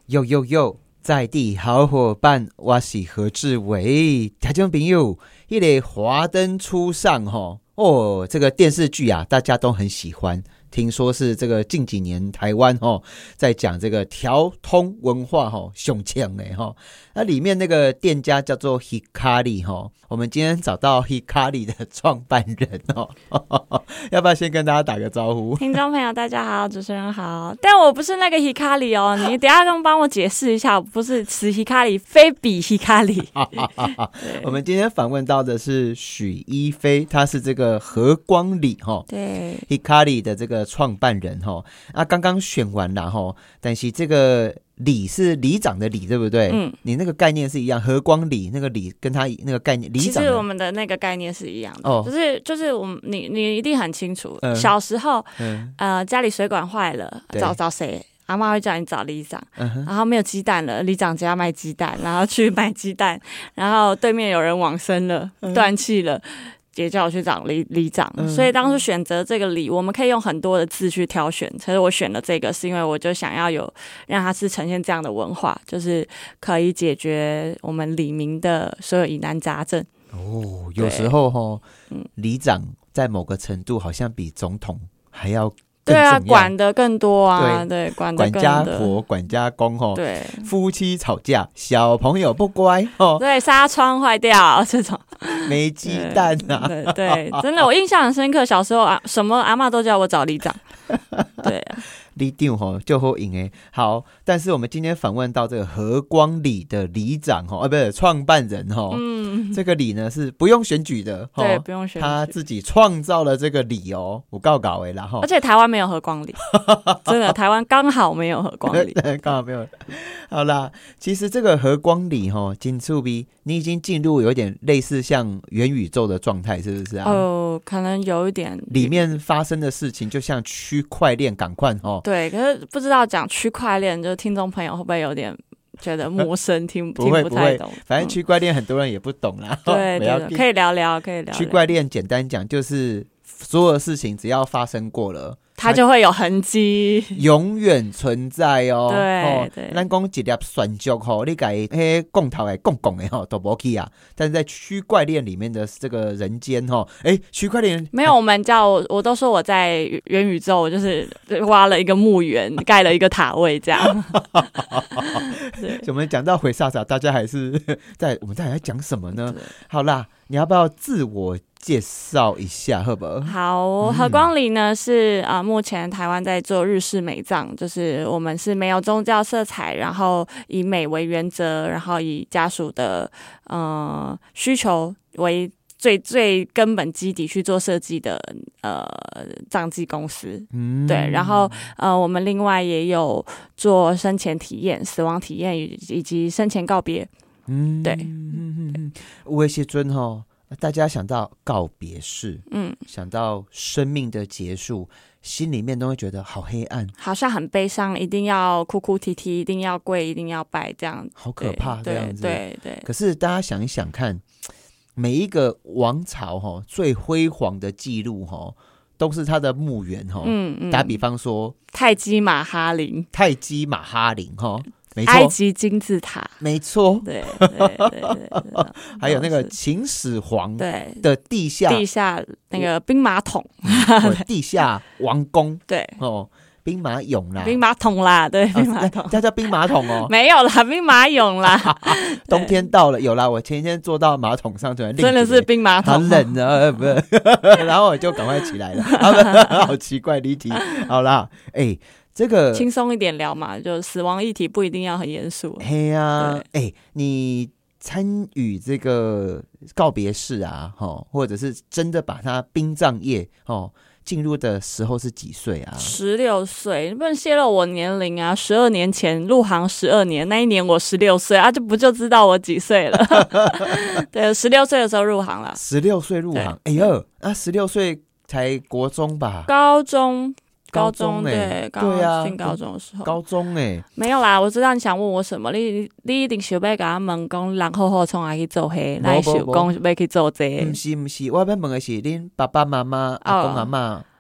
呦呦呦，在地好伙伴，我是何志伟。听众朋友，那个华灯初上哦，这个电视剧啊，大家都很喜欢。听说是这个近几年台湾在讲这个条通文化上强的那里面那个店家叫做 Hikari 我们今天找到 Hikari 的创办人要不要先跟大家打个招呼？ 听众朋友大家好，主持人好，但我不是那个 Hikari 哦，你等一下帮我解释一下，我不是此 Hikari 非彼 Hikari 我们今天访问到的是许一飞，他是这个和光里对 Hikari 的这个创办人刚刚选完了但是这个里是里长的里对不对？你那个概念是一样，和光里那个里跟他那个概念里长的， 其实我们的那个概念是一样的就是我们你一定很清楚小时候家里水管坏了找谁？阿嬷会叫你找里长然后没有鸡蛋了，里长家卖鸡蛋，然后去买鸡蛋，然后对面有人往生了断气了也叫我去找里长所以当初选择这个里，我们可以用很多的字去挑选，可是我选了这个是因为我就想要有让它是呈现这样的文化，就是可以解决我们里民的所有疑难杂症有时候里长在某个程度好像比总统还要对啊，管的更多啊，对，管的更多， 管家婆、管家公对， 夫妻吵架，小朋友不乖对，纱窗坏掉这种， 没鸡蛋啊， 对，真的，我印象很深刻，小时候什么阿嬷都叫我找里长，对啊。 里长就好赢诶，好，但是我们今天访问到这个和光里的里长不是创办人这个里呢是不用选举的对，不用选举， 他自己创造了这个里我告诶啦而且台湾没有和光里真的台湾刚好没有和光里刚好没有。好啦，其实这个和光里金触逼你已经进入有点类似像元宇宙的状态，是不是啊？ 可能有一点， 里面发生的事情就像区块链赶快对，可是不知道讲区块链，就听众朋友会不会有点觉得陌生，听不太懂。 反正区块链很多人也不懂啦。 对，可以聊聊。 区块链简单讲就是所有事情只要发生过了， 它就会有痕迹， 永远存在对， 咱讲一粒选择你把那讲头的讲的都没去啊。但是在区块链里面的这个人间区块链没有，我都说我在元宇宙，我就是挖了一个墓园，盖了一个塔位这样。 我们讲到回萨萨，大家还是我们在讲什么呢？好啦，你要不要自我介绍一下好不好？ 好，和光里呢是目前台湾在做日式美葬，就是我们是没有宗教色彩，然后以美为原则，然后以家属的需求为最根本基底去做设计的葬祭公司对，然后我们另外也有做生前体验、死亡体验以及生前告别对有的时候大家想到告别式想到生命的结束，心里面都会觉得好黑暗， 好像很悲伤，一定要哭哭啼啼，一定要跪，一定要拜，这样好可怕这样子。 对， 可是大家想一想看，每一个王朝最辉煌的记录都是他的墓园打比方说泰姬玛哈陵没错，埃及金字塔没错， 对还有那个秦始皇的地下那个兵马桶地下王宫对兵马俑啦， 兵马桶啦，对，兵马桶， 这叫兵马桶没有啦，兵马俑啦。 冬天到了，有啦，我前一天坐到马桶上，真的是兵马桶， 很冷的，不是，然后我就赶快起来了，好奇怪离题。好啦，这个轻松一点聊嘛，就死亡议题不一定要很严肃。 嘿啊，你参与这个告别式啊，或者是真的把它殡葬业进入的时候是几岁啊 ？16岁，你不能泄露我年龄啊！12年前入行12年，那一年我16岁啊，就知道我几岁了。对，16岁的时候入行了。 16岁入行，哎呦，16岁才国中吧？ 高中对啊，进高中的时候， 高中没有啦，我知道你想问我什么，你一定想要跟他问讲，人好好从哪去做黑，哪想讲要去做这个？ 不是，我要问的是恁爸爸妈妈、阿公阿嬷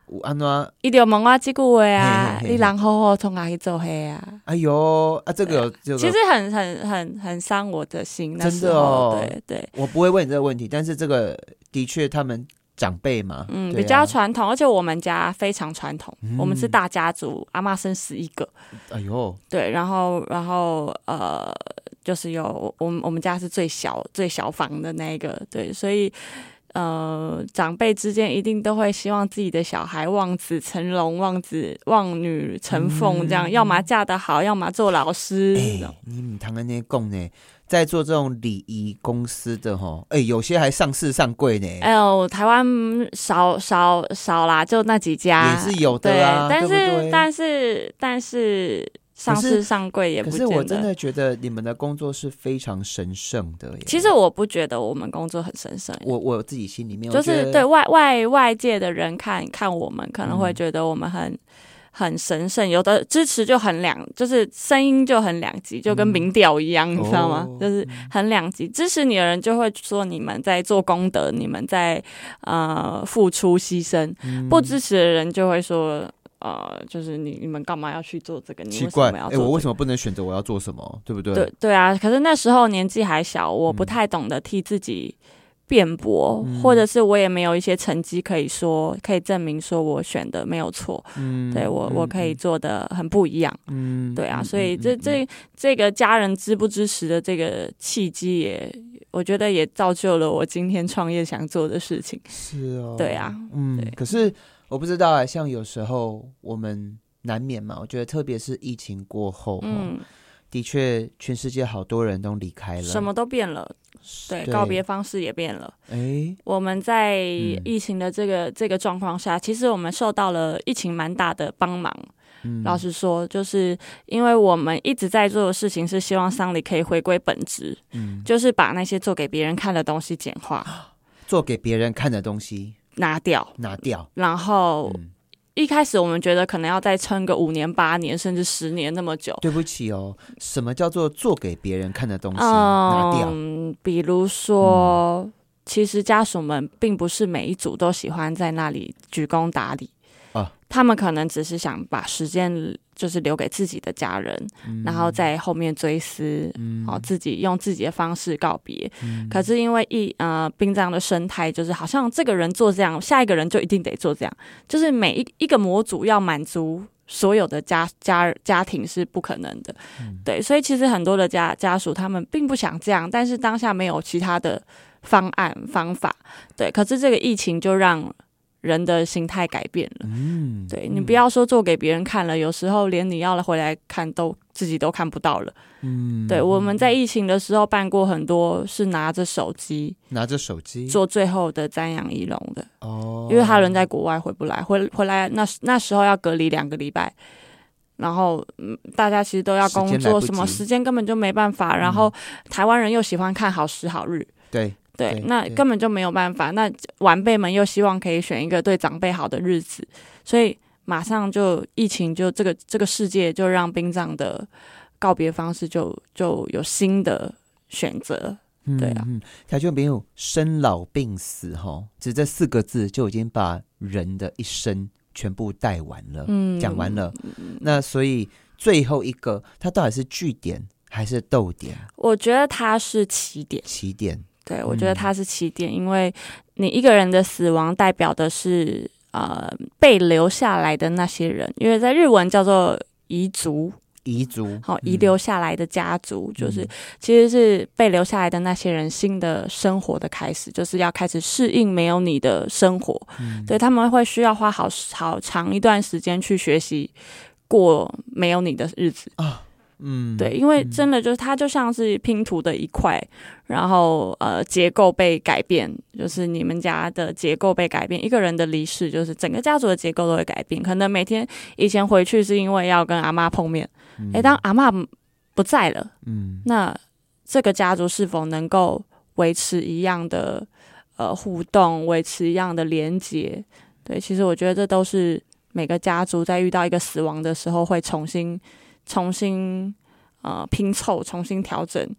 有安怎？ 伊就问我这句话啊，你人好好从哪去做黑啊？ 哎呦啊，这个其实很伤我的心， 真的哦。 对， 我不会问你这个问题，但是这个的确他们长辈嘛， 比较传统，而且我们家非常传统，我们是大家族，阿嬷生11个。 哎呦， 对，然后就是有我们家是最小房的那个，对，所以长辈之间一定都会希望自己的小孩望子成龙、望女成凤，这样，要么嫁得好，要么做老师。 你唔通安尼讲呢？在做这种礼仪公司的有些还上市上柜呢。 台湾少啦，就那几家也是有的啊， 对，但是上市上柜也不见得。 可是我真的觉得你们的工作是非常神圣的耶。 其实我不觉得我们工作很神圣， 我自己心里面就是对外界的人看我们，可能会觉得我们很神圣，有的支持就很就是声音就很两极，就跟民调一样，你知道吗？就是很两极，支持你的人就会说你们在做功德，你们在付出牺牲，不支持的人就会说就是你们干嘛要去做这个？你为什么要做这个？ 我为什么不能选择我要做什么？对不对？ 对啊，可是那时候年纪还小，我不太懂得替自己辩驳，或者是我也没有一些成绩可以证明说我选的没有错，对我可以做的很不一样，对啊，所以这个家人支不支持的这个契机我觉得也造就了我今天创业想做的事情。 是哦， 对啊，对。 可是我不知道像有时候我们难免嘛，我觉得特别是疫情过后，的确全世界好多人都离开了， 什么都变了。对，告别方式也变了。我们在疫情的这个状况下，其实我们受到了疫情蛮大的帮忙。老实说，就是因为我们一直在做的事情是希望丧礼可以回归本质，就是把那些做给别人看的东西简化， 做给别人看的东西拿掉， 然后。一开始我们觉得可能要再撑个5年、8年，甚至10年那么久。 对不起哦，什么叫做做给别人看的东西拿掉？ 比如说，其实家属们并不是每一组都喜欢在那里鞠躬打礼。他们可能只是想把时间就是留给自己的家人，然后在后面追思，自己用自己的方式告别。可是因为殡葬的生态，就是好像这个人做这样，下一个人就一定得做这样，就是每一个模组要满足所有的家庭是不可能的。对，所以其实很多的家属他们并不想这样，但是当下没有其他的方法。对，可是这个疫情就让人的心态改变了。对，你不要说做给别人看了，有时候连你要回来看自己都看不到了。对，我们在疫情的时候办过很多是拿着手机做最后的瞻仰遗容的。因为他人在国外回不来，回来那时候要隔离2个礼拜，然后大家其实都要工作，什么时间根本就没办法。然后台湾人又喜欢看好时好日，对，那根本就没有办法。那晚辈们又希望可以选一个对长辈好的日子，所以马上就疫情就这个世界就让殡葬的告别方式就有新的选择。对啊， 台就没有生老病死只这4个字就已经把人的一生全部带完了，讲完了。那所以最后一个，它到底是句点还是逗点？ 我觉得它是起点。对，我觉得它是起点，因为你一个人的死亡代表的是被留下来的那些人，因为在日文叫做遗族，遗留下来的家族，就是其实是被留下来的那些人新的生活的开始，就是要开始适应没有你的生活。对，他们会需要花好长一段时间去学习过没有你的日子。对，因为真的就是它就像是拼图的一块，然后结构被改变，就是你们家的结构被改变，一个人的离世，就是整个家族的结构都会改变。可能每天以前回去是因为要跟阿嬷碰面，当阿嬷不在了，那这个家族是否能够维持一样的互动，维持一样的连结？对，其实我觉得这都是每个家族在遇到一个死亡的时候会重新拼凑，重新调整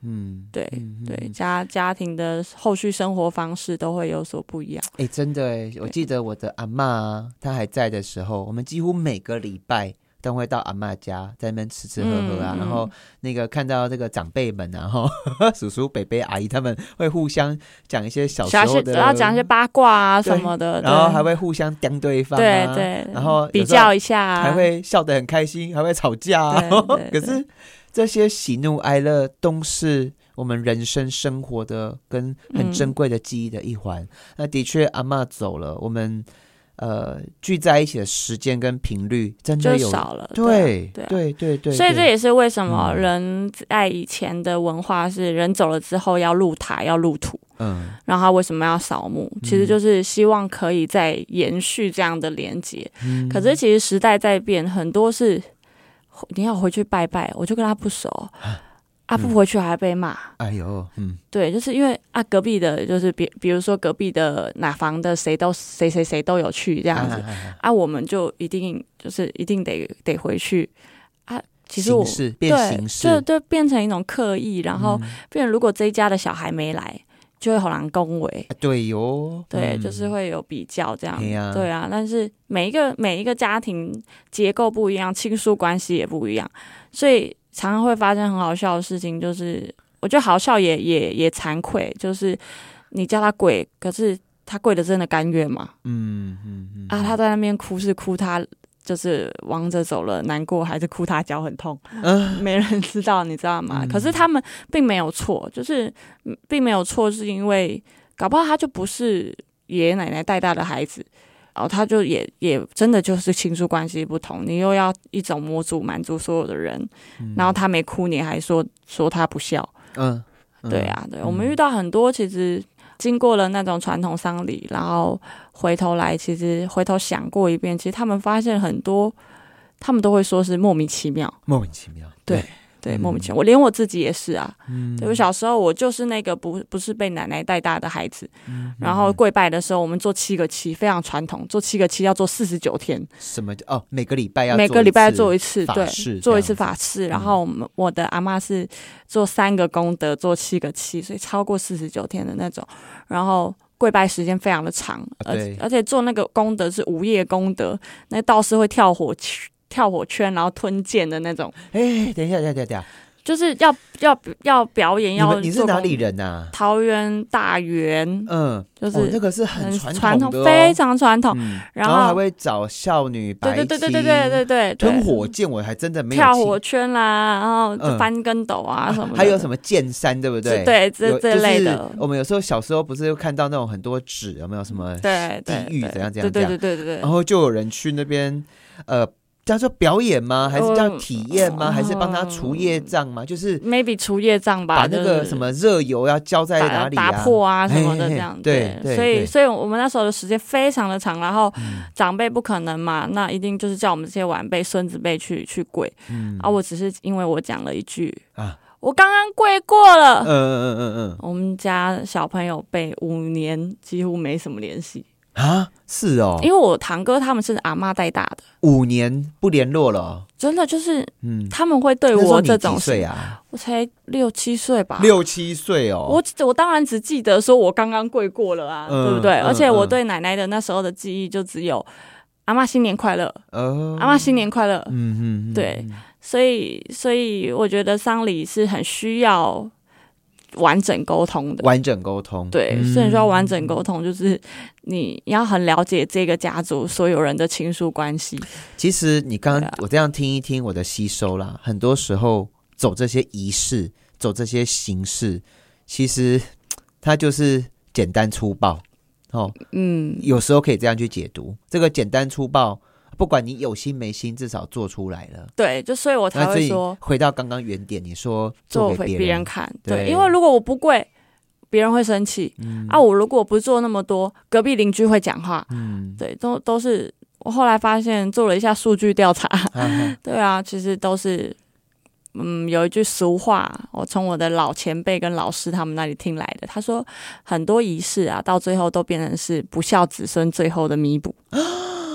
对对，家庭的后续生活方式都会有所不一样。 真的我记得我的阿嬷她还在的时候，我们几乎每个礼拜都会到阿嬷家，在那边吃喝喝啊，然后那个看到这个长辈们啊，叔叔伯伯阿姨他们会互相讲一些小时候的， 然后讲一些八卦啊什么的， 然后还会互相刁对方啊，对，然后比较一下啊， 还会笑得很开心，还会吵架啊，可是这些喜怒哀乐都是我们人生生活的跟很珍贵的记忆的一环。那的确阿嬷走了，我们聚在一起的时间跟频率真的就少了。 对， 所以这也是为什么人在以前的文化是人走了之后要入塔要入土，然后他为什么要扫墓，其实就是希望可以再延续这样的连结。可是其实时代在变，很多是你要回去拜拜，我就跟他不熟不回去还被骂。对，就是因为隔壁的就是比如说隔壁的哪房的谁都有去这样子我们就一定得回去其实形式变形式， 就变成一种刻意，然后变成如果这一家的小孩没来，就会很难恭维。 对哟， 对，就是会有比较这样。对啊，但是每一个家庭结构不一样，亲疏关系也不一样，所以常常会发生很好笑的事情，就是我觉得好笑也惭愧，就是你叫他跪，可是他跪的真的甘愿吗？他在那边哭是哭他就是亡者走了难过，还是哭他脚很痛？没人知道，你知道吗？可是他们并没有错，就是并没有错，是因为搞不好他就不是爷爷奶奶带大的孩子。他就也真的就是亲疏关系不同，你又要一种模组满足所有的人，然后他没哭，你还说他不孝，对啊，对，我们遇到很多其实经过了那种传统丧礼，然后回头想过一遍，其实他们发现很多，他们都会说是莫名其妙，对，莫名其妙。连我自己也是啊。对，我小时候我就是那个不是被奶奶带大的孩子。然后跪拜的时候，我们做7个7，非常传统，做7个7要做49天。 什么每个礼拜做一次，对，做一次法事。然后我的阿嬷是做3个功德，做7个7，所以超过49天的那种。然后跪拜时间非常的长，而且做那个功德是午夜功德，那道士会跳火圈，然后吞剑的那种。 等一下， 就是要表演， 你是哪里人啊？ 桃园大园，就是那个是很传统的非常传统。然后还会找少女白旗， 对， 吞火箭我还真的没有。 跳火圈啦，然后翻跟斗啊什么的， 还有什么剑山，对不对？ 对，这类的。 我们有时候小时候不是看到那种很多纸，有没有什么地狱怎样， 对， 然后就有人去那边叫做表演吗？还是叫体验吗？还是帮他除业障吗？就是 maybe 除业障吧， 把那个什么热油要浇在哪里打破啊什么的这样。对，所以我们那时候的时间非常的长，然后长辈不可能嘛，那一定就是叫我们这些晚辈、孙子辈去跪。我只是因为我讲了一句我刚刚跪过了。我们家小朋友辈5年几乎没什么联系。 是哦， 因为我堂哥他们是阿嬷带大的 ，5年不联络了， 真的就是他们会对我这种。 你几岁啊？ 我才6、7岁吧。 6、7岁哦， 我当然只记得说我刚刚跪过了啊，对不对？而且我对奶奶的那时候的记忆就只有阿嬷新年快乐，阿嬷新年快乐，对，所以我觉得丧礼是很需要完整沟通的，对，所以说完整沟通就是你要很了解这个家族所有人的亲疏关系。 其实你刚刚我这样听一听我的吸收啦，很多时候走这些仪式，走这些形式，其实它就是简单粗暴有时候可以这样去解读这个简单粗暴。不管你有心没心，至少做出来了。对， 就所以我才会说， 回到刚刚原点，你说做给别人看， 对，因为如果我不跪，别人会生气我如果不做那么多，隔壁邻居会讲话，对，都是我后来发现做了一下数据调查，对啊，其实都是。有一句俗话，我从我的老前辈跟老师他们那里听来的，他说很多仪式到最后都变成是不孝子孙最后的弥补。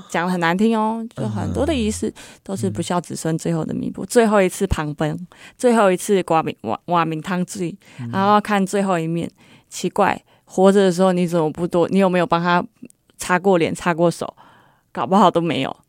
讲得很难听哦，就很多的仪式都是不孝子孙最后的弥补，最后一次旁奔，最后一次挖明汤醉，然后看最后一面。奇怪，活着的时候你怎么不多？你有没有帮他擦过脸、擦过手？搞不好都没有。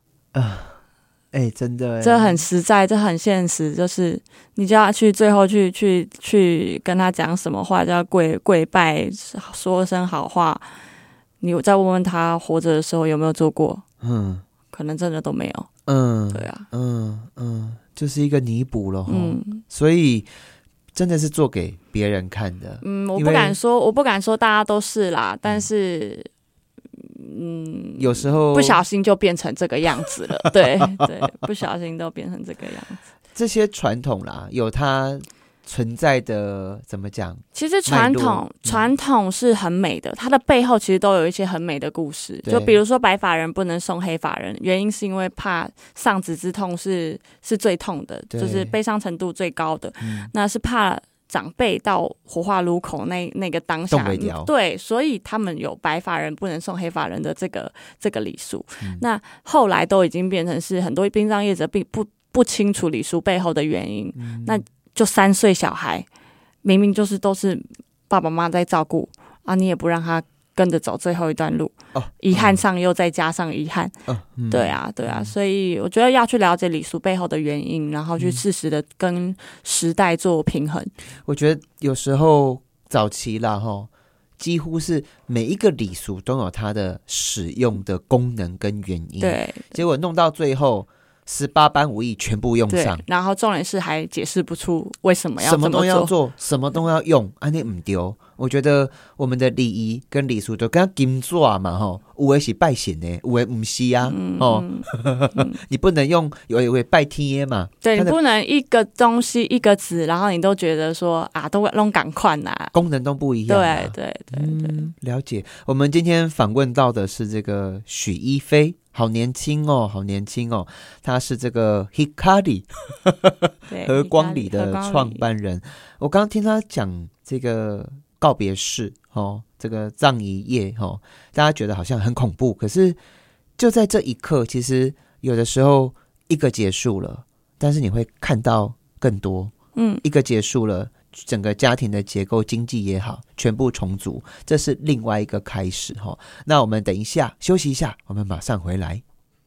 真的， 这很实在，这很现实，就是你就要去最后去跟他讲什么话，就要跪拜，说声好话。你再问问他活着的时候有没有做过？可能真的都没有。对啊， 就是一个弥补了。所以真的是做给别人看的。 我不敢说大家都是啦，但是。 有时候不小心就变成这个样子了，对对，不小心都变成这个样子。 这些传统啦，有它存在的怎么讲？ 其实传统是很美的，它的背后其实都有一些很美的故事。就比如说白发人不能送黑发人，原因是因为怕丧子之痛是最痛的，就是悲伤程度最高的，那是怕。长辈到火化炉口那个当下，对，所以他们有白发人不能送黑发人的这个礼数。那后来都已经变成是很多殡葬业者并不清楚礼数背后的原因。那就3岁小孩，明明就是都是爸爸妈妈在照顾啊，你也不让他跟着走最后一段路，遗憾上又再加上遗憾。对啊，所以我觉得要去了解礼俗背后的原因，然后去适时的跟时代做平衡。 我觉得有时候早期啦几乎是每一个礼俗都有它的使用的功能跟原因， 对， 结果弄到最后18般武艺全部用上， 然后重点是还解释不出为什么要什么都要做，什么都要用，这样不对。我觉得我们的礼仪跟礼俗都跟金纸嘛有的是拜神的，有的不是啊。你不能用有的拜天的嘛， 对，你不能一个东西一个字，然后你都觉得说都弄赶快啊， 功能都不一样。 对， 了解。我们今天访问到的是这个许一飞。好年轻哦，他是这个 Hikari 和光里的创办人。我刚刚听他讲这个告别式这个葬仪业大家觉得好像很恐怖，可是就在这一刻，其实有的时候一个结束了，但是你会看到更多。一个结束了，整个家庭的结构经济也好全部重组，这是另外一个开始。那我们等一下休息一下，我们马上回来。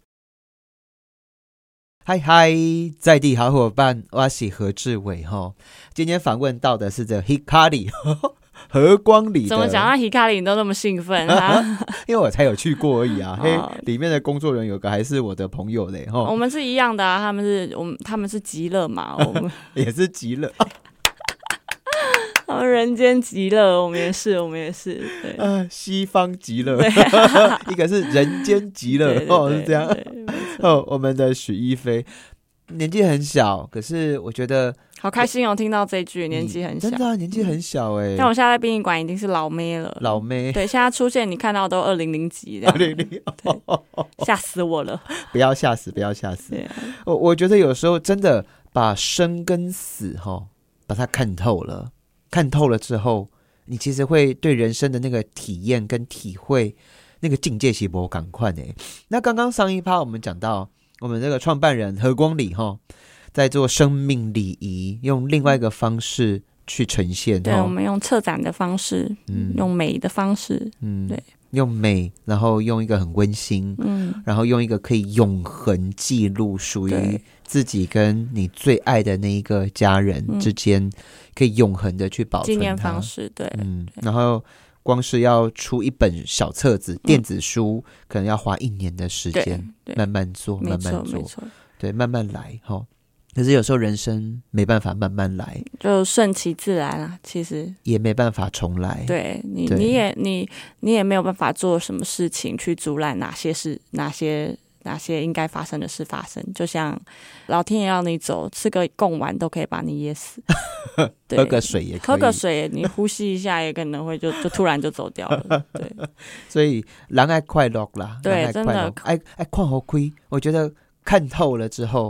嗨，在地好伙伴，我是何志伟。今天访问到的是这 Hikari 和光里的。 怎么讲到 Hikari 你都那么兴奋啊？ 因为我才有去过而已啊。里面的工作人员有个还是我的朋友嘞。 我们是一样的啊，他们是极乐嘛，我们也是极乐。 他们人间极乐，我们也是。对， 西方极乐，一个是人间极乐。是这样。我们的许一飞年纪很小，可是我觉得好开心听到这句年纪很小， 真的年纪很小但我现在在殡仪馆已经是老妹了。 老妹， 对，现在出现你看到都2000级的，200，吓死我了！ 不要吓死。我觉得有时候真的把生跟死把它看透了之后，你其实会对人生的那个体验跟体会那个境界是不赶快的。那刚刚上一趴我们讲到我们这个创办人何光礼在做生命礼仪，用另外一个方式去呈现。 对，我们用策展的方式，用美的方式，对， 用美，然后用一个很温馨，然后用一个可以永恒记录属于自己跟你最爱的那一个家人之间，可以永恒的去保存它。 纪念方式，对， 然后光是要出一本小册子，电子书，可能要花1年的时间，慢慢做，慢慢做，对，慢慢来可是有时候人生没办法慢慢来， 就顺其自然啊，其实也没办法重来。 对，你也没有办法做什么事情去阻拦哪些应该发生的事发生。就像老天爷要你走，吃个贡丸都可以把你噎死。 喝个水也可以， 喝个水你呼吸一下也可能会就突然就走掉了。对， 所以人爱快乐啦， 对，真的爱看好亏。我觉得看透了之后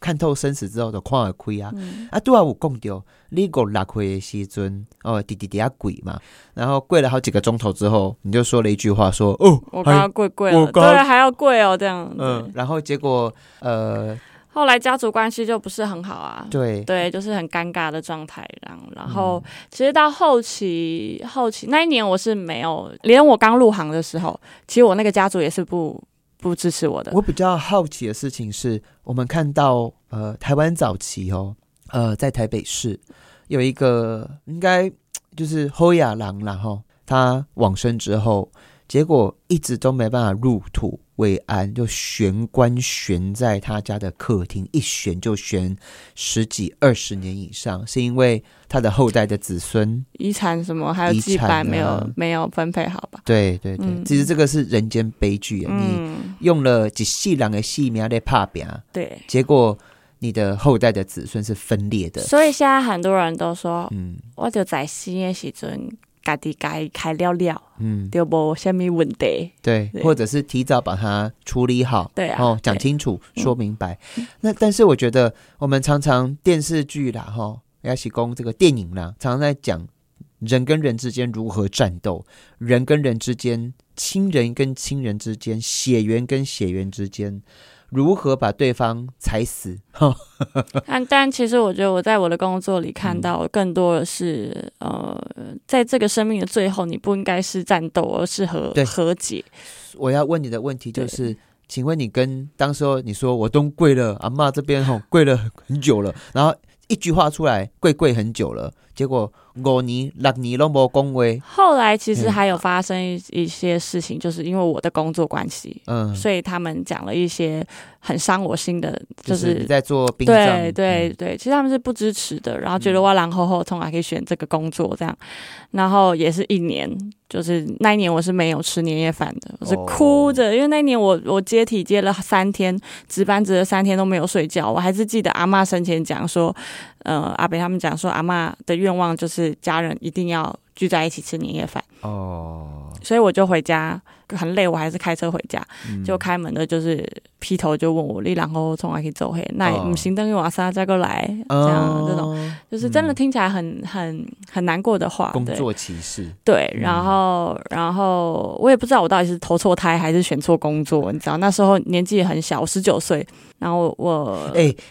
看透生死之后就看会开啊。拄好有讲到你56岁的时阵直啊跪嘛，然后跪了好几个钟头之后，你就说了一句话说我刚刚跪了，对，还要跪哦这样。 然后结果后来家族关系就不是很好啊， 对， 就是很尴尬的状态。然后其实到后期那一年我是没有，连我刚入行的时候，其实我那个家族也是不支持我的。 我比较好奇的事情是，我们看到台湾早期在台北市有一个应该就是侯亚郎啦他往生之后，结果一直都没办法入土为安，就悬棺悬在他家的客厅，一悬就悬10几20年以上，是因为他的后代的子孙遗产什么还有祭拜没有分配好吧？ 对对对，其实这个是人间悲剧你用了一世人的性命在打拼， 对， 结果你的后代的子孙是分裂的。 所以现在很多人都说我就在生的时阵自己开了就没什么问题。 对，或者是提早把它处理好， 对啊， 讲清楚说明白。那但是我觉得我们常常电视剧啦也是说这个电影啦，常常在讲人跟人之间如何战斗，人跟人之间，亲人跟亲人之间，血缘跟血缘之间如何把对方踩死。 但其实我觉得我在我的工作里看到更多的是在这个生命的最后，你不应该是战斗，而是和解。我要问你的问题就是请问你跟当时候你说我都跪了阿嬷这边跪了很久了，然后一句话出来跪很久了，结果5年6年都没说话。 后来其实还有发生一些事情，就是因为我的工作关系所以他们讲了一些很伤我心的，就是你在做殡葬。 对其实他们是不支持的，然后觉得我然后从来可以选这个工作这样，然后也是1年，就是那一年我是没有吃年夜饭的，我是哭着因为那一年我接体接了3天，值班值了3天都没有睡觉。我还是记得阿嬷生前讲说阿北他们讲说阿嬷的愿望就是家人一定要聚在一起吃年夜饭所以我就回家很累，我还是开车回家就开门的就是劈头就问我你然后从哪去走黑那不行等于晚上再过来这样这种就是真的听起来很难过的话， 工作歧视。 对，然后我也不知道我到底是投错胎还是选错工作，你知道那时候年纪也很小，我19岁，然后我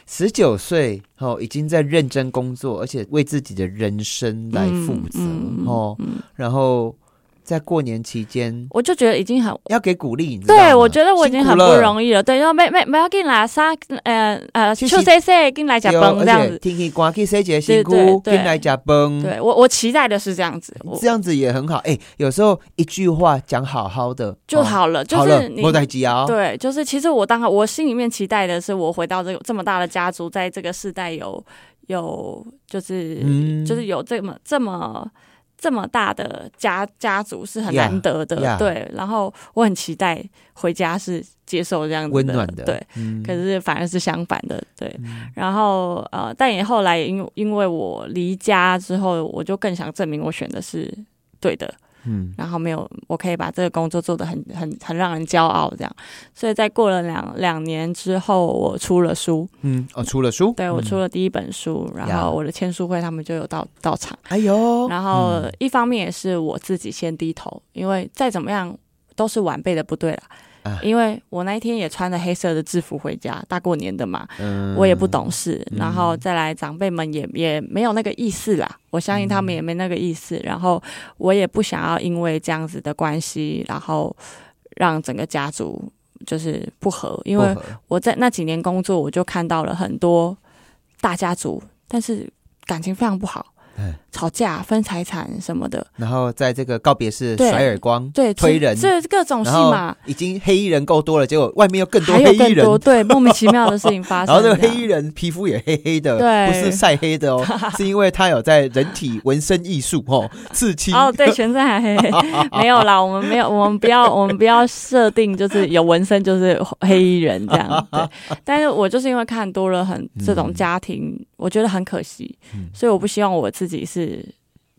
19岁已经在认真工作，而且为自己的人生来负责然后在过年期间， 我就觉得已经很要给鼓励，你知道吗？ 对，我觉得我已经很不容易了。对，因为没要进来啥去洗洗进来吃饭这样子， 天气寒去洗一个辛苦进来吃饭。 对，我期待的是这样子， 这样子也很好。有时候一句话讲好好的就好了，就是你没事情对，就是其实我心里面期待的是，我回到这么大的家族，在这个世代有就是有这么大的家族是很难得的对，然后我很期待回家是接受这样子的温暖的， 对可是反而是相反的，对然后但也后来因为我离家之后，我就更想证明我选的是对的然后没有，我可以把这个工作做得很让人骄傲这样，所以在过了两年之后，我出了书。 出了书， 对，我出了第一本书，然后我的签书会他们就有到场。 哎呦， 然后一方面也是我自己先低头，因为再怎么样都是晚辈的不对啦。因为我那一天也穿着黑色的制服回家，大过年的嘛，我也不懂事，然后再来长辈们也没有那个意思啦，我相信他们也没那个意思，然后我也不想要因为这样子的关系，然后让整个家族就是不和，因为我在那几年工作，我就看到了很多大家族，但是感情非常不好。吵架分财产什么的，然后在这个告别式甩耳光，对，推人，这各种戏嘛，已经黑衣人够多了，结果外面又更多黑衣人，对，莫名其妙的事情发生。然后这个黑衣人皮肤也黑黑的，对，不是晒黑的哦，是因为他有在人体纹身艺术刺青。对，全身还黑，没有啦，我们没有，我们不要设定就是有纹身就是黑衣人这样。对，但是我就是因为看多了这种家庭，我觉得很可惜，所以我不希望我自己是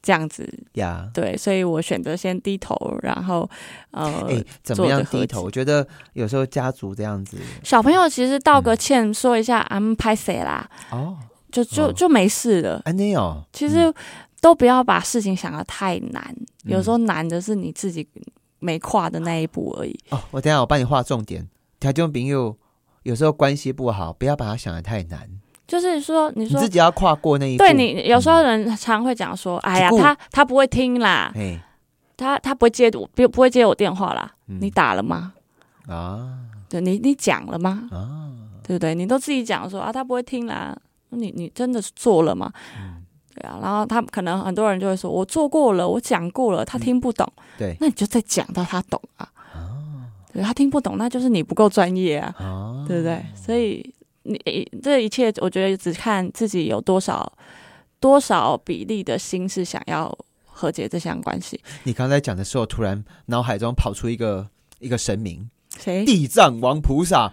这样子呀。 对，所以我选择先低头，然后怎么样低头？我觉得有时候家族这样子， 小朋友其实道个歉，说一下拍谁啦，就没事了。其实都不要把事情想得太难，有时候难的是你自己没跨的那一步而已。 我等一下我帮你画重点。听众朋友有时候关系不好，不要把它想得太难。 就是说，你自己要跨过那一步。 对，你有时候人常会讲说，哎呀，他不会听啦，他不会接我电话啦，你打了吗？对，你讲了吗？对不对？你都自己讲说他不会听啦，你真的做了吗？对啊，然后他可能很多人就会说，我做过了，我讲过了，他听不懂。对，那你就再讲到他懂啊。对，他听不懂，那就是你不够专业啊，对不对？所以你这一切，我觉得只看自己有多少比例的心是想要和解这项关系。 你刚才讲的时候，突然脑海中跑出一个神明， 谁？ 地藏王菩萨。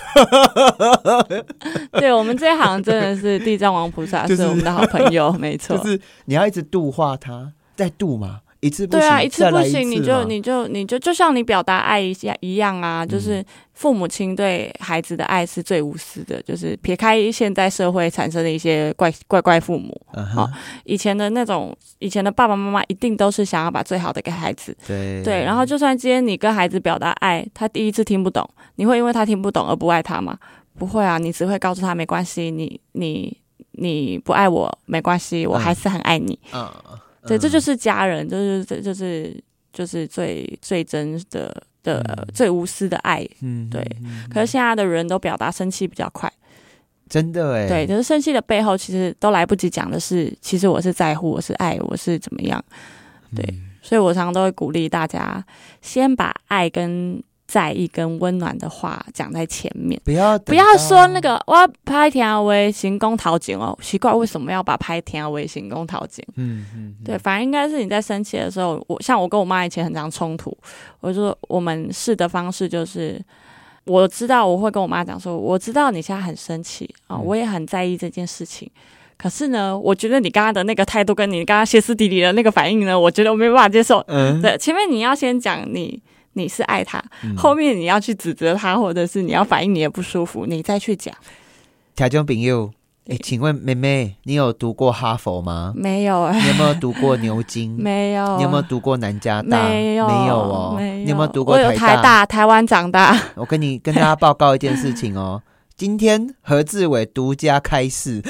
对，我们这一行真的是地藏王菩萨，是我们的好朋友，没错。 就是你要一直度化他，再度嘛。一次不行， 对啊，一次不行，你就像你表达爱一样啊，就是父母亲对孩子的爱是最无私的，就是撇开现在社会产生的一些怪父母，以前的爸爸妈妈一定都是想要把最好的给孩子，对，然后就算今天你跟孩子表达爱，他第一次听不懂，你会因为他听不懂而不爱他吗？不会啊，你只会告诉他没关系，你不爱我没关系，我还是很爱你。对，这就是家人，就是最真的最无私的爱。对。可是现在的人都表达生气比较快， 真的哎。 对，可是生气的背后，其实都来不及讲的是，其实我是在乎，我是爱，我是怎么样。对，所以我常常都会鼓励大家，先把爱跟在意跟温暖的话讲在前面，不要说那个我拍天为行宫讨景哦，奇怪为什么要把拍天为行宫讨景？对，反而应该是你在生气的时候，像我跟我妈以前很常冲突，我就说我们试的方式就是，我知道我会跟我妈讲说，我知道你现在很生气啊，我也很在意这件事情。可是呢，我觉得你刚刚的那个态度跟你刚刚歇斯底里的那个反应呢，我觉得我没办法接受。对，前面你要先讲你是爱他，后面你要去指责他，或者是你要反映你的不舒服，你再去讲。 听众朋友，请问妹妹，你有读过哈佛吗？ 没有。 你有没有读过牛津？ 没有。 你有没有读过南加大？ 没有哦。 你有没有读过台大？ 我有台大，台湾长大。 我跟大家报告一件事情哦。今天何志伟独家开示，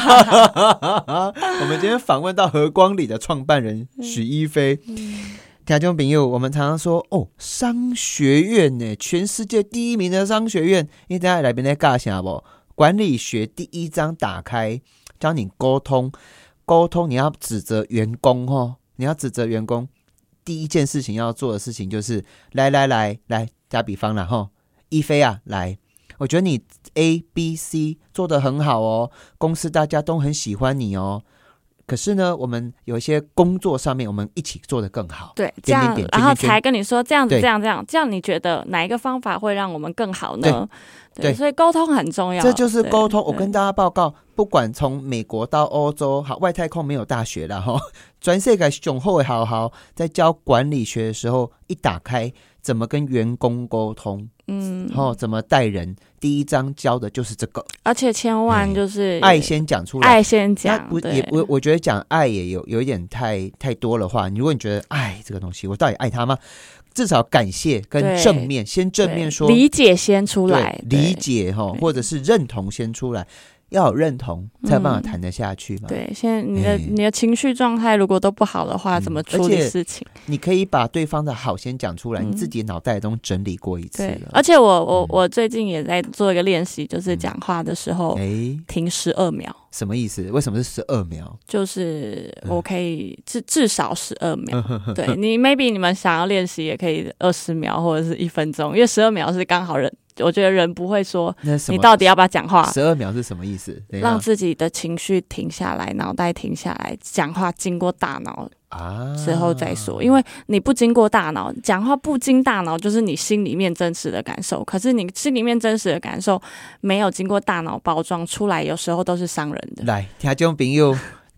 我们今天访问到和光里的创办人许一飞。听众朋友，我们常常说商学院呢，全世界第一名的商学院，你等一下来宾在尬啥不？管理学第一章打开，教你沟通，你要指责员工你要指责员工，第一件事情要做的事情就是来，打比方啦一飞啊，来，我觉得你 A、B、C 做得很好哦，公司大家都很喜欢你哦。可是呢，我们有一些工作上面，我们一起做得更好。 对，这样，然后才跟你说这样子，这样，你觉得哪一个方法会让我们更好呢？对，所以沟通很重要。 这就是沟通。我跟大家报告，不管从美国到欧洲，好，外太空没有大学啦全世界雄厚好，在教管理学的时候，一打开怎么跟员工沟通，怎么带人，第一章教的就是这个。而且千万就是爱先讲出来， 爱先讲。 我觉得讲爱也有一点太多的话。如果你觉得爱这个东西，我到底爱他吗？至少感谢跟正面，先正面说， 理解先出来， 理解或者是认同先出来。要有认同才有办法谈得下去嘛。 对，现在你的情绪状态如果都不好的话，怎么处理事情？ 你可以把对方的好先讲出来，你自己脑袋中整理过一次了。 而且我最近也在做一个练习，就是讲话的时候停12秒。 什么意思？为什么是12秒？ 就是我可以至少12秒。对，你 maybe 你们想要练习也可以20秒或者是1分钟，因为12秒是刚好我觉得人不会说你到底要不要讲话。 12秒是什么意思？ 让自己的情绪停下来，脑袋停下来，讲话经过大脑之后再说。因为你不经过大脑讲话，不经大脑就是你心里面真实的感受，可是你心里面真实的感受没有经过大脑包装出来，有时候都是伤人的。 来，听众朋友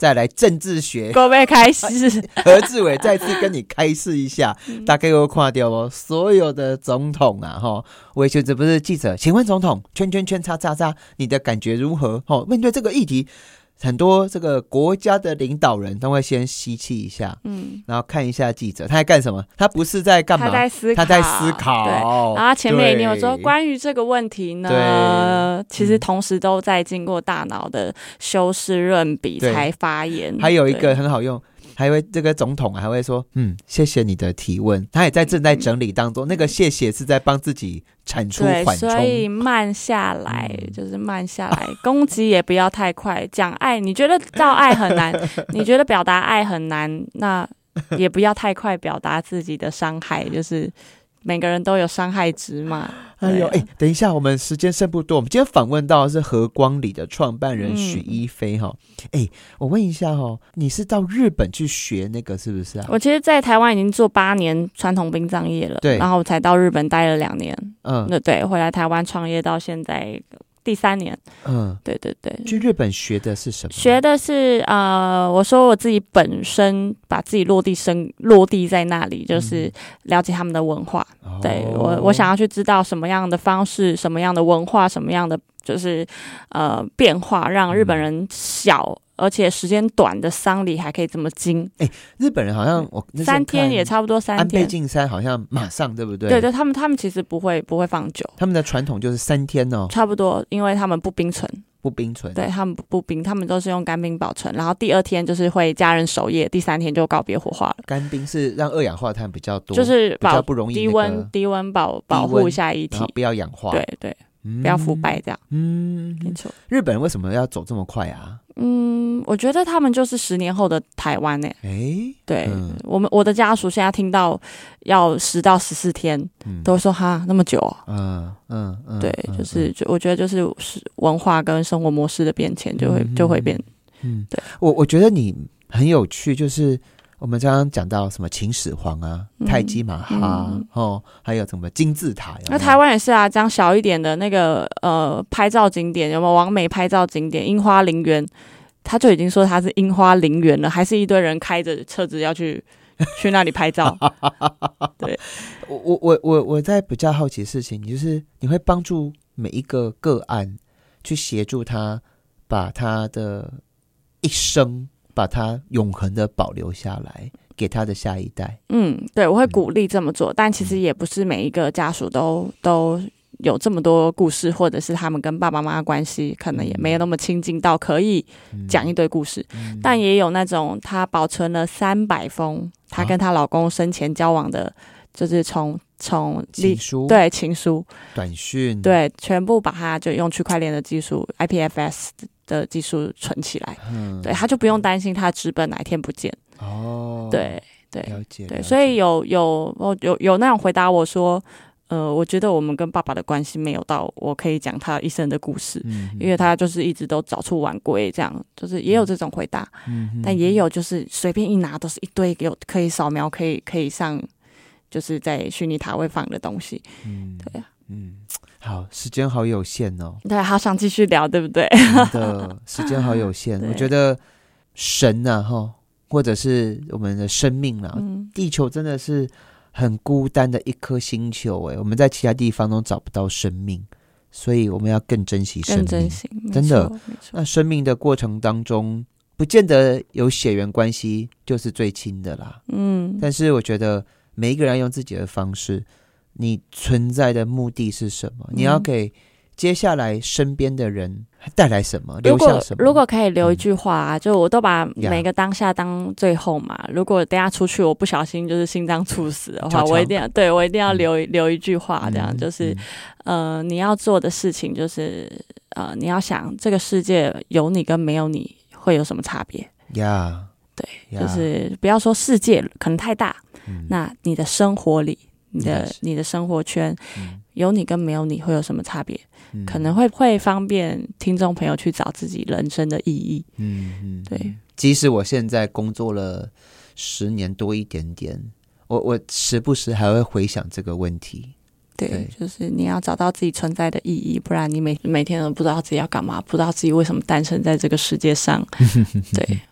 再来政治学， 准备开始。 何志伟再次跟你开示一下，大概有看到哦，所有的总统啊，维修这不是记者，请问总统圈圈圈叉叉叉，你的感觉如何？面对这个议题。很多这个国家的领导人都会先吸气一下，然后看一下记者他在干什么，他不是在干嘛，他在思考。 对，然后前面一定有说关于这个问题呢，其实同时都在经过大脑的修饰润笔才发言。 还有一个很好用，还会这个总统还会说谢谢你的提问，他也正在整理当中，那个谢谢是在帮自己产出缓冲， 所以慢下来，就是慢下来，攻击也不要太快。讲爱，你觉得到爱很难，你觉得表达爱很难，那也不要太快表达自己的伤害，就是每个人都有伤害值嘛。 哎呦，等一下，我们时间剩不多，我们今天访问到的是和光里的创办人许一飞哈。我问一下你是到日本去学那个是不是啊？ 我其实在台湾已经做8年传统殡葬业了，对，然后我才到日本待了2年，对，回来台湾创业到现在第3年。对对对。 去日本学的是什么？ 学的是我说我自己本身把自己落地在那里，就是了解他们的文化。对，我想要去知道什么样的方式，什么样的文化，什么样的就是变化，让日本人小而且时间短的丧礼还可以这么精。 日本人好像我 3天也差不多3天。 安倍晋三好像马上，对不对？ 对对，他们其实不会放久， 他们的传统就是3天哦， 差不多，因为他们不冰存。对，他们不冰，他们都是用干冰保存，然后第2天就是会家人守夜，第3天就告别火化了。 干冰是让2氧化碳比较多， 就是比较不容易低温保护一下遗体， 然后不要氧化。 对对，不要腐败这样。没错。 日本人为什么要走这么快啊？ 我觉得他们就是10年后的台湾对，我的家属现在听到要10到14天，都会说哈那么久对，就是我觉得就是文化跟生活模式的变迁就会变。对， 我觉得你很有趣，就是我们刚刚讲到什么秦始皇啊、泰姬玛哈，还有什么金字塔。 那台湾也是啊，讲小一点的那个拍照景点，有没有网美拍照景点樱花陵园？他就已经说他是樱花陵园了，还是一堆人开着车子要去那里拍照。对， 我在比较好奇的事情，就是你会帮助每一个个案去协助他把他的一生，把他永恒的保留下来，给他的下一代。 对，我会鼓励这么做，但其实也不是每一个家属都有这么多故事，或者是他们跟爸爸妈妈关系可能也没有那么亲近到可以讲一堆故事，但也有那种她保存了300封她跟她老公生前交往的，就是从情书， 对，情书、 短讯，对， 全部把它就用区块链的技术 IPFS 的技术存起来，对，他就不用担心他纸本哪一天不见。对对， 了解， 对，所以有那种回答我说。我觉得我们跟爸爸的关系没有到我可以讲他一生的故事，因为他就是一直都早出晚归，这样就是也有这种回答，但也有就是随便一拿都是一堆可以扫描，可以上，就是在虚拟塔位放的东西。对啊， 好，时间好有限哦。 对，好想继续聊，对不对？ 真的，时间好有限。我觉得神啊，或者是我们的生命啊，地球真的是很孤单的一颗星球，我们在其他地方都找不到生命，所以我们要更珍惜生命， 更珍惜， 真的。那生命的过程当中，不见得有血缘关系就是最亲的啦。但是我觉得每一个人要用自己的方式，你存在的目的是什么？你要给接下来身边的人带来什么，留下什么？ 如果可以留一句话就我都把每个当下当最后嘛。如果等一下出去我不小心就是心脏猝死的话，我一定要留一句话，这样就是你要做的事情就是你要想这个世界有你跟没有你会有什么差别。对，就是不要说世界可能太大，那你的生活里你的生活圈有你跟没有你会有什么差别？可能会方便听众朋友去找自己人生的意义。对。 即使我现在工作了10年多一点点，我时不时还会回想这个问题。 对，就是你要找到自己存在的意义，不然你每天都不知道自己要干嘛，不知道自己为什么诞生在这个世界上。对，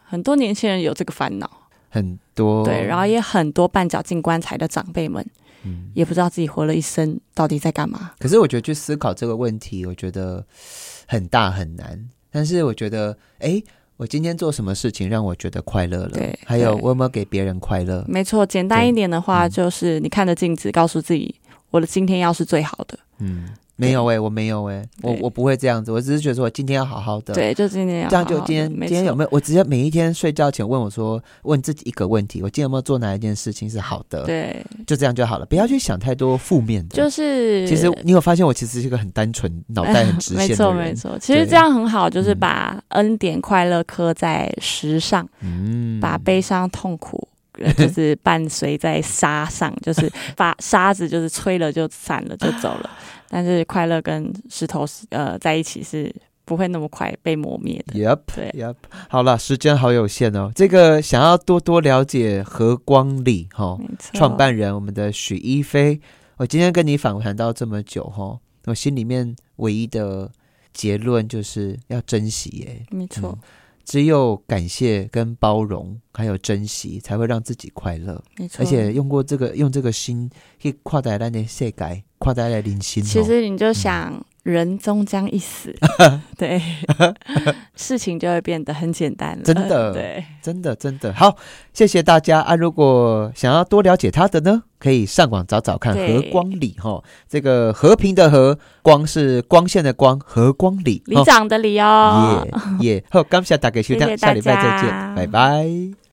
很多年轻人有这个烦恼， 很多对，然后也很多半脚进棺材的长辈们，也不知道自己活了一生到底在干嘛。 可是我觉得去思考这个问题，我觉得很大很难。但是我觉得，我今天做什么事情让我觉得快乐了？ 对， 还有我有没有给别人快乐？ 没错，简单一点的话，就是你看着镜子，告诉自己，我的今天要是最好的。 没有我没有我不会这样子，我只是觉得说我今天要好好的， 对，就今天要好好的， 这样就今天有没有？我直接每一天睡觉前问自己一个问题：我今天有没有做哪一件事情是好的？ 对， 就这样就好了，不要去想太多负面的。 就是其实你有发现，我其实是一个很单纯、脑袋很直线的人。 没错，其实这样很好，就是把恩典、快乐刻在石上，把悲伤、痛苦。就是伴随在沙上，就是把沙子就是吹了就散了就走了，但是快乐跟石头在一起是不会那么快被磨灭的。 Yep。好了，时间好有限哦。这个想要多了解和光里创办人我们的许伊菲，我今天跟你访谈到这么久我心里面唯一的结论就是要珍惜耶。 没错。 只有感谢跟包容还有珍惜才会让自己快乐， 没错。 而且用这个心去看待咱的世界，看待咱的人心。 其实你就想人终将一死对事情就会变得很简单了， 真的对， 真的好，谢谢大家啊！如果想要多了解他的呢，可以上网找看和光里这个和平的和，光是光线的光，和光里里长的里哦。 好，感谢大家收听，下礼拜再见，拜拜。